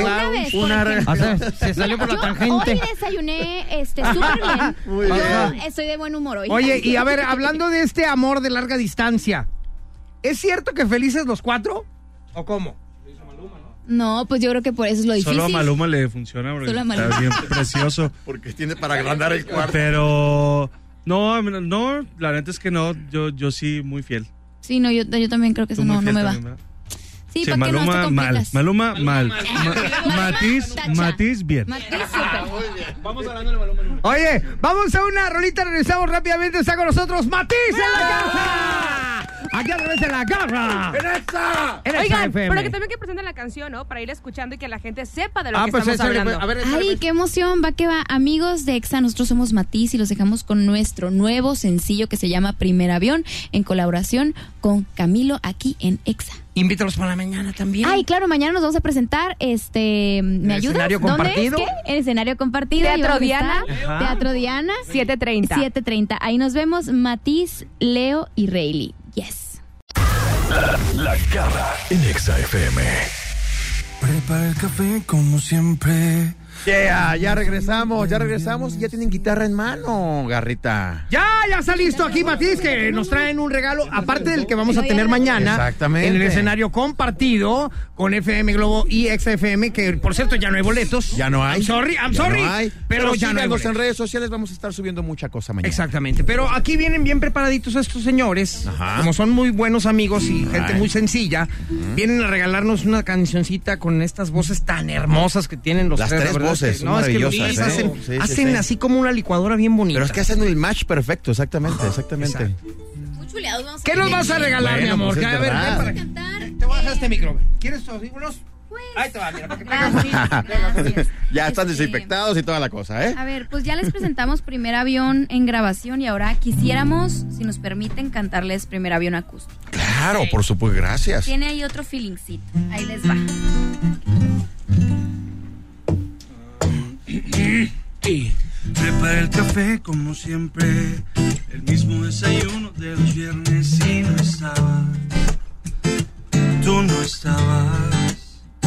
Se salió por la tangente. Hoy desayuné súper bien. Yo estoy de buen humor hoy. Oye, y a ver, hablando de este amor de larga distancia, ¿es cierto que felices los 4? ¿O cómo? No, pues yo creo que por eso es lo difícil. Solo a Maluma le funciona, porque está bien precioso. Porque tiene para agrandar el cuarto. Pero no, la neta es que no, yo sí muy fiel. Sí, no, yo también creo que eso no me va. Sí, ¿para Maluma, qué no te mal. Maluma, mal. Tacha. Matiz, bien. Matiz, súper. Vamos hablando de Maluma. Oye, vamos a una rolita, regresamos rápidamente. Está con nosotros Matiz en la casa. Aquí a través de la garra. Oigan, pero que también que presenten la canción, ¿no? Para ir escuchando y que la gente sepa de lo que pues estamos hablando. A ver, Ay, qué emoción, va que va. Amigos de EXA, nosotros somos Matiz y los dejamos con nuestro nuevo sencillo que se llama Primer Avión, en colaboración con Camilo aquí en EXA. Invítalos para la mañana también. Ay, claro, mañana nos vamos a presentar, ¿me ayudas? ¿Escenario compartido? ¿Dónde es? ¿Qué? El escenario compartido. Teatro Diana. Teatro Diana. 7:30. 7:30. Ahí nos vemos, Matiz, Leo y Rayleigh. Yes. La garra en Exa FM. Prepara el café como siempre. Ya regresamos. Ya tienen guitarra en mano, Garrita. Ya está listo aquí Matiz, que nos traen un regalo, aparte del que vamos a tener mañana. Exactamente. En el escenario compartido con FM Globo y XFM, que por cierto ya no hay boletos. Ya no hay. I'm sorry. No hay, pero ya no hay en redes sociales, vamos a estar subiendo mucha cosa mañana. Exactamente, pero aquí vienen bien preparaditos estos señores. Ajá. Como son muy buenos amigos y gente muy sencilla, vienen a regalarnos una cancioncita con estas voces tan hermosas que tienen los Las tres voces, son maravillosas, es que ¿eh? hacen así como una licuadora bien bonita. Pero es que hacen el match perfecto, exactamente. Muy chuleados. Vamos ¿Qué nos vas a regalar, mi amor? Pues A ver, ven para acá. Te voy a dejar este micro. ¿Quieres tus audífonos? Ahí te va, mira, para que Gracias. Ya están desinfectados y toda la cosa, ¿eh? A ver, pues ya les presentamos Primer Avión en grabación y ahora quisiéramos, si nos permiten, cantarles Primer Avión acústico. Claro, por supuesto, gracias. Tiene ahí otro feelingcito. Ahí les va. Prepara el café como siempre. El mismo desayuno de los viernes y no estabas. Tú no estabas.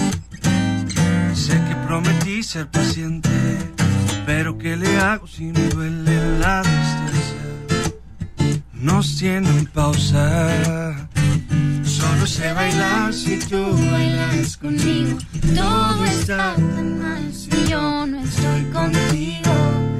Sé que prometí ser paciente, pero ¿qué le hago si me duele la distancia? Nos tienen pausa. Solo sé bailar si tú bailas conmigo. Todo está tan mal si yo no estoy contigo.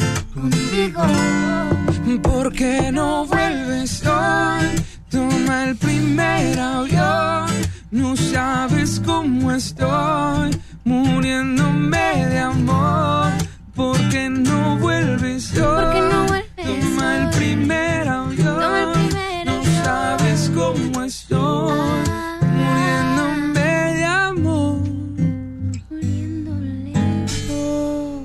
¿Por qué no vuelves hoy? Toma el primer avión. No sabes cómo estoy, muriéndome de amor. ¿Por qué no vuelves hoy? Toma el primer avión. No sabes cómo estoy, muriéndome de amor. Muriendo lento.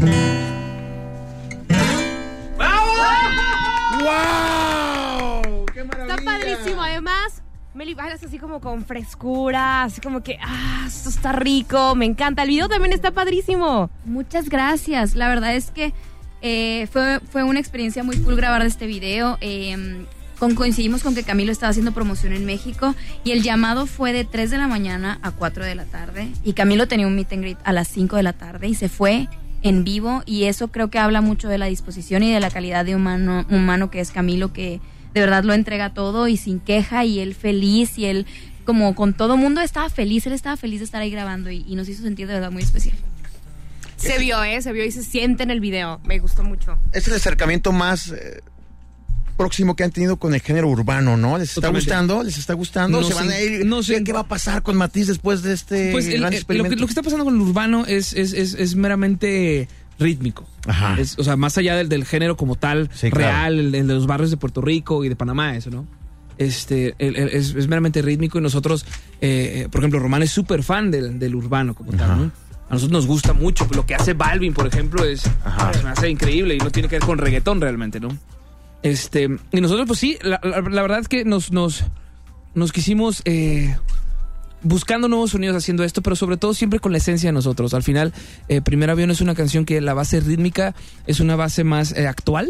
¡Wow! ¡Qué maravilla! Está padrísimo, además, Meli, bailas así como con frescura, así como que, esto está rico, me encanta. El video también está padrísimo. Muchas gracias. La verdad es que fue una experiencia muy cool grabar este video. Coincidimos con que Camilo estaba haciendo promoción en México y el llamado fue de 3 de la mañana a 4 de la tarde y Camilo tenía un meet and greet a las 5 de la tarde y se fue en vivo y eso creo que habla mucho de la disposición y de la calidad de humano que es Camilo, que de verdad lo entrega todo y sin queja y él feliz y él como con todo mundo estaba feliz, él estaba feliz de estar ahí grabando y nos hizo sentir de verdad muy especial. Se vio y se siente en el video, me gustó mucho. Es el acercamiento más próximo que han tenido con el género urbano, ¿no? ¿Les está gustando? ¿Les está gustando? No ¿Se van a ir? No sé ¿Qué va a pasar con Matiz después de este gran experimento? Lo que está pasando con el urbano es meramente rítmico. Ajá. O sea, más allá del género como tal, sí, real, el de los barrios de Puerto Rico y de Panamá, eso, ¿no? Es meramente rítmico y nosotros, por ejemplo, Román es súper fan del urbano como tal, ¿no? A nosotros nos gusta mucho, lo que hace Balvin, por ejemplo, me hace increíble y no tiene que ver con reggaetón realmente, ¿no? Y nosotros, pues sí, la verdad es que nos quisimos buscando nuevos sonidos haciendo esto, pero sobre todo siempre con la esencia de nosotros. Al final, Primer Avión es una canción que la base rítmica es una base más actual,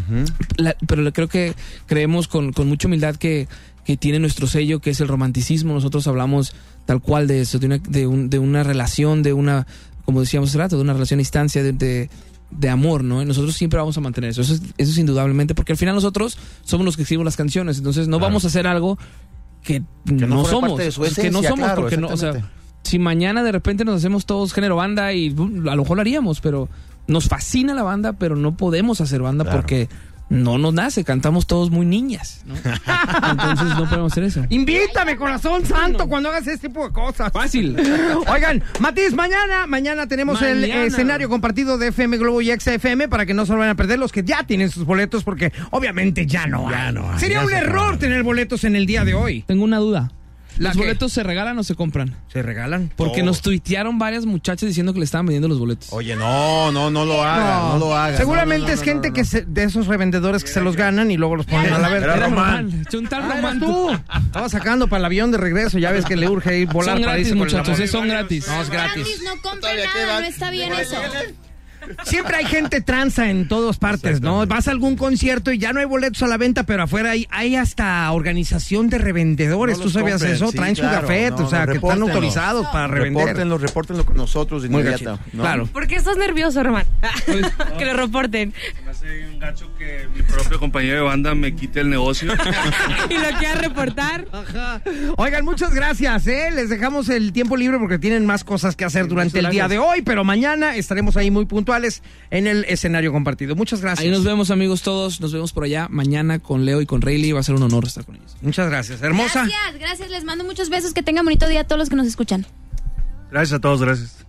pero creo que creemos con mucha humildad que tiene nuestro sello, que es el romanticismo. Nosotros hablamos tal cual de eso, de una relación, de una, como decíamos hace rato, de una relación a distancia, de amor, ¿no? Y nosotros siempre vamos a mantener eso. Eso es indudablemente, porque al final nosotros somos los que escribimos las canciones, entonces no vamos a hacer algo que no somos, que no somos, claro, porque no, o sea, si mañana de repente nos hacemos todos género banda y a lo mejor lo haríamos, pero nos fascina la banda, pero no podemos hacer banda porque no nos nace, cantamos todos muy niñas, ¿no? Entonces no podemos hacer eso. Invítame, corazón santo, cuando hagas ese tipo de cosas. Fácil. Oigan, Matiz, mañana tenemos el escenario compartido de FM Globo y Exa FM para que no se lo vayan a perder los que ya tienen sus boletos, porque obviamente ya no hay. Sería un error tener boletos en el día de hoy. Tengo una duda. ¿Los boletos se regalan o se compran? ¿Se regalan? Porque nos tuitearon varias muchachas diciendo que le estaban vendiendo los boletos. Oye, no lo hagan. Seguramente es gente que de esos revendedores que se los ganan y luego los ponen a la venta. Era Román. Un tal Román. Tú. Estaba sacando para el avión de regreso. Ya ves que le urge ir volar. Son gratis, muchachos. Son gratis. No, es gratis. No compren nada, no está bien eso. Siempre hay gente tranza en todas partes, ¿no? Vas a algún concierto y ya no hay boletos a la venta, pero afuera hay hasta organización de revendedores. ¿Tú sabías eso? Sí, traen su gafete, o sea, que están autorizados para revender. Repórtenlo con nosotros de inmediato. Claro. ¿Por qué estás nervioso, Román? Que lo reporten. Me hace un gacho que mi propio compañero de banda me quite el negocio. ¿Y lo quiera reportar? Ajá. Oigan, muchas gracias, ¿eh? Les dejamos el tiempo libre porque tienen más cosas que hacer durante el día de hoy, pero mañana estaremos ahí muy puntuales en el escenario compartido. Muchas gracias. Ahí nos vemos, amigos, todos. Nos vemos por allá mañana con Leo y con Rayleigh. Va a ser un honor estar con ellos. Muchas gracias. Hermosa. Gracias. Les mando muchos besos. Que tengan bonito día a todos los que nos escuchan. Gracias a todos, gracias.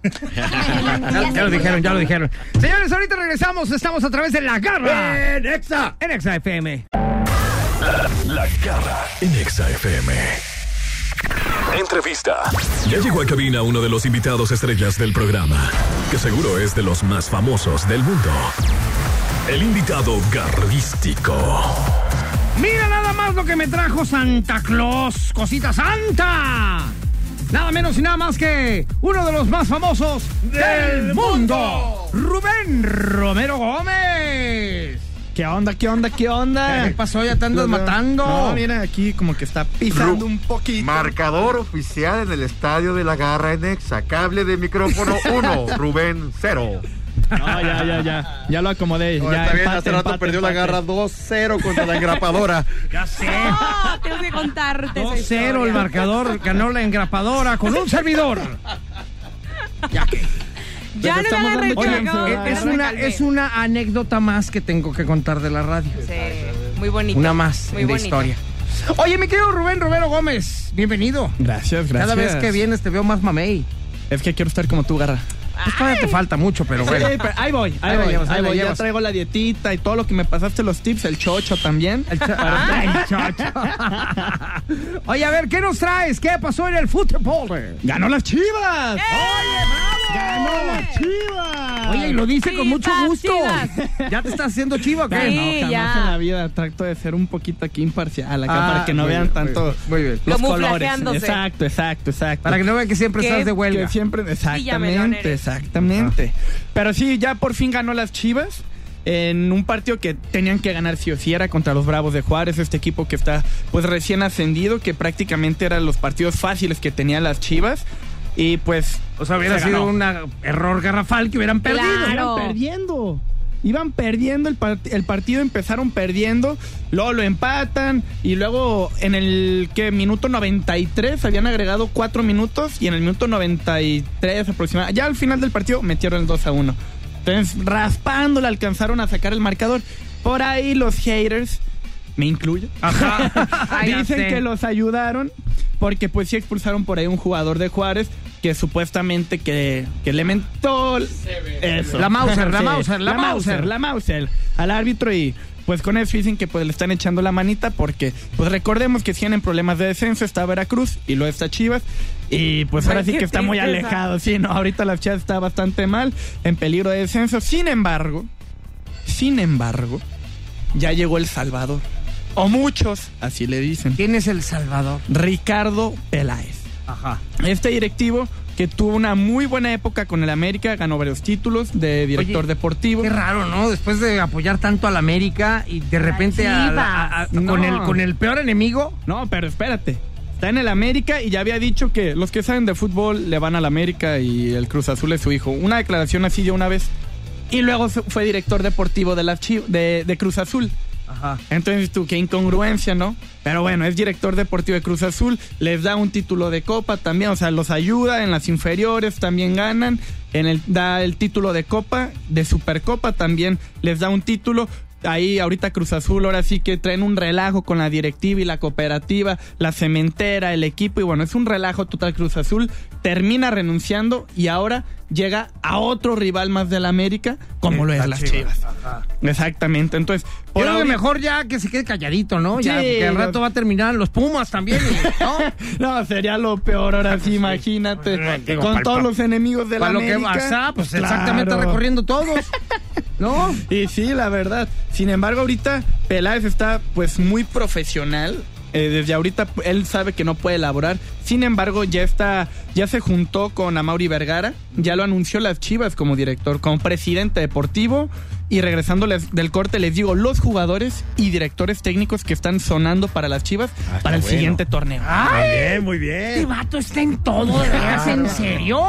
Ya lo dijeron. Señores, ahorita regresamos. Estamos a través de La Garra en Exa FM. La Garra en Exa FM. Entrevista. Ya llegó a cabina uno de los invitados estrellas del programa, que seguro es de los más famosos del mundo. El invitado garrístico. Mira nada más lo que me trajo Santa Claus, cosita santa. Nada menos y nada más que uno de los más famosos del mundo, Rubén Romero Gómez. ¿Qué onda? ¿Qué pasó? ¿Ya te andas matando? No, mira, aquí como que está pisando un poquito. Marcador oficial en el estadio de La Garra en Exa. Cable de micrófono 1, Rubén 0. No, ya lo acomodé. No, ya está bien, empate, hace rato perdió La Garra 2-0 contra la engrapadora. Ya sé. No, tengo que contarte 2-0 el marcador, ganó la engrapadora con un servidor. Ya que... Ya no me hagan reír. Es una anécdota más que tengo que contar de la radio. Sí, muy bonito. Una más muy de bonito. historia. Oye, mi querido Rubén Romero Gómez, bienvenido. Gracias. Cada vez que vienes te veo más mamey. Es que quiero estar como tú, Garra. Pues todavía te falta mucho, pero bueno. Sí, pero ahí voy. Ya traigo la dietita y todo lo que me pasaste los tips, el chocho también. El chocho. Oye, a ver, ¿qué nos traes? ¿Qué pasó en el fútbol? ¡Ganó las Chivas! ¡Oye, bravo! ¡Ganó las Chivas! Oye, y lo dice con mucho gusto. Chivas. ¿Ya te estás haciendo chiva o qué? Sí, No, jamás ya. en la vida. Trato de ser un poquito aquí imparcial acá para que no muy vean bien, tanto muy bien. los colores. Camuflajeándose. Exacto. Para que no vean que siempre estás de huelga. Que siempre, Villamelón eres. exactamente. Pero sí, ya por fin ganó las Chivas en un partido que tenían que ganar sí o sí, era contra los Bravos de Juárez, este equipo que está pues recién ascendido, que prácticamente eran los partidos fáciles que tenían las Chivas. Y pues... O sea, hubiera sido un error garrafal que hubieran perdido. Claro. Iban perdiendo el partido, empezaron perdiendo, luego lo empatan y luego en el minuto 93 habían agregado 4 minutos y en el minuto 93 aproximadamente, ya al final del partido metieron el 2-1. Entonces, raspándole alcanzaron a sacar el marcador. Por ahí los haters, me incluyo, dicen que los ayudaron porque pues sí expulsaron por ahí un jugador de Juárez que supuestamente que le mentó eso. La Mauser al árbitro y pues con eso dicen que pues le están echando la manita porque pues recordemos que tienen problemas de descenso, está Veracruz y luego está Chivas y pues ahora sí que está muy alejado, sí, no, ahorita la Chivas está bastante mal, en peligro de descenso, sin embargo, ya llegó El Salvador, o muchos así le dicen. ¿Quién es El Salvador? Ricardo Peláez. Ajá. Este directivo que tuvo una muy buena época con el América, ganó varios títulos de director deportivo. Qué raro, ¿no? Después de apoyar tanto al América y de repente con el peor enemigo. No, pero espérate. Está en el América y ya había dicho que los que saben de fútbol le van al América y el Cruz Azul es su hijo. Una declaración así ya una vez. Y luego fue director deportivo de Cruz Azul. Ajá. Entonces tú, qué incongruencia, ¿no? Pero bueno, es director deportivo de Cruz Azul, les da un título de Copa también, o sea, los ayuda en las inferiores, también ganan, da el título de Copa, de Supercopa también les da un título. Ahí ahorita Cruz Azul ahora sí que traen un relajo con la directiva y la cooperativa, la cementera, el equipo, y bueno, es un relajo total. Cruz Azul termina renunciando y ahora llega a otro rival más del América, como lo es las Chivas. Ajá. Exactamente, entonces... Yo creo que mejor ya que se quede calladito, ¿no? Sí, Ya, porque al rato va a terminar los Pumas también, ¿no? No, sería lo peor ahora sí, imagínate. Digo, con todos los enemigos de la América. Para lo que pasa, pues claro. Exactamente recorriendo todos, ¿no? Y sí, la verdad. Sin embargo, ahorita Peláez está pues muy profesional. Desde ahorita él sabe que no puede elaborar. Sin embargo, ya se juntó con Amaury Vergara. Ya lo anunció las Chivas como director, como presidente deportivo. Y regresándoles del corte, les digo, los jugadores y directores técnicos que están sonando para las Chivas para el siguiente torneo. ¡Ay! Muy bien. Este vato está en todo, de veras, ¿en serio?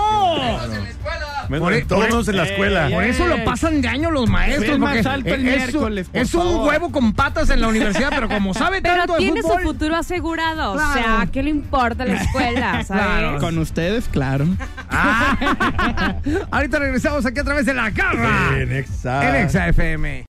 Todos en la escuela. Por eso lo pasan de año los maestros. Es más porque alto el miércoles, por es un favor. huevo con patas en la universidad, pero como sabe tanto Pero de tiene fútbol... su futuro asegurado. Claro. O sea, ¿qué le importa la escuela? ¿Sabes? Claro. Con ustedes, claro. Ahorita regresamos aquí a través de La Garra En Exa. en Exa FM.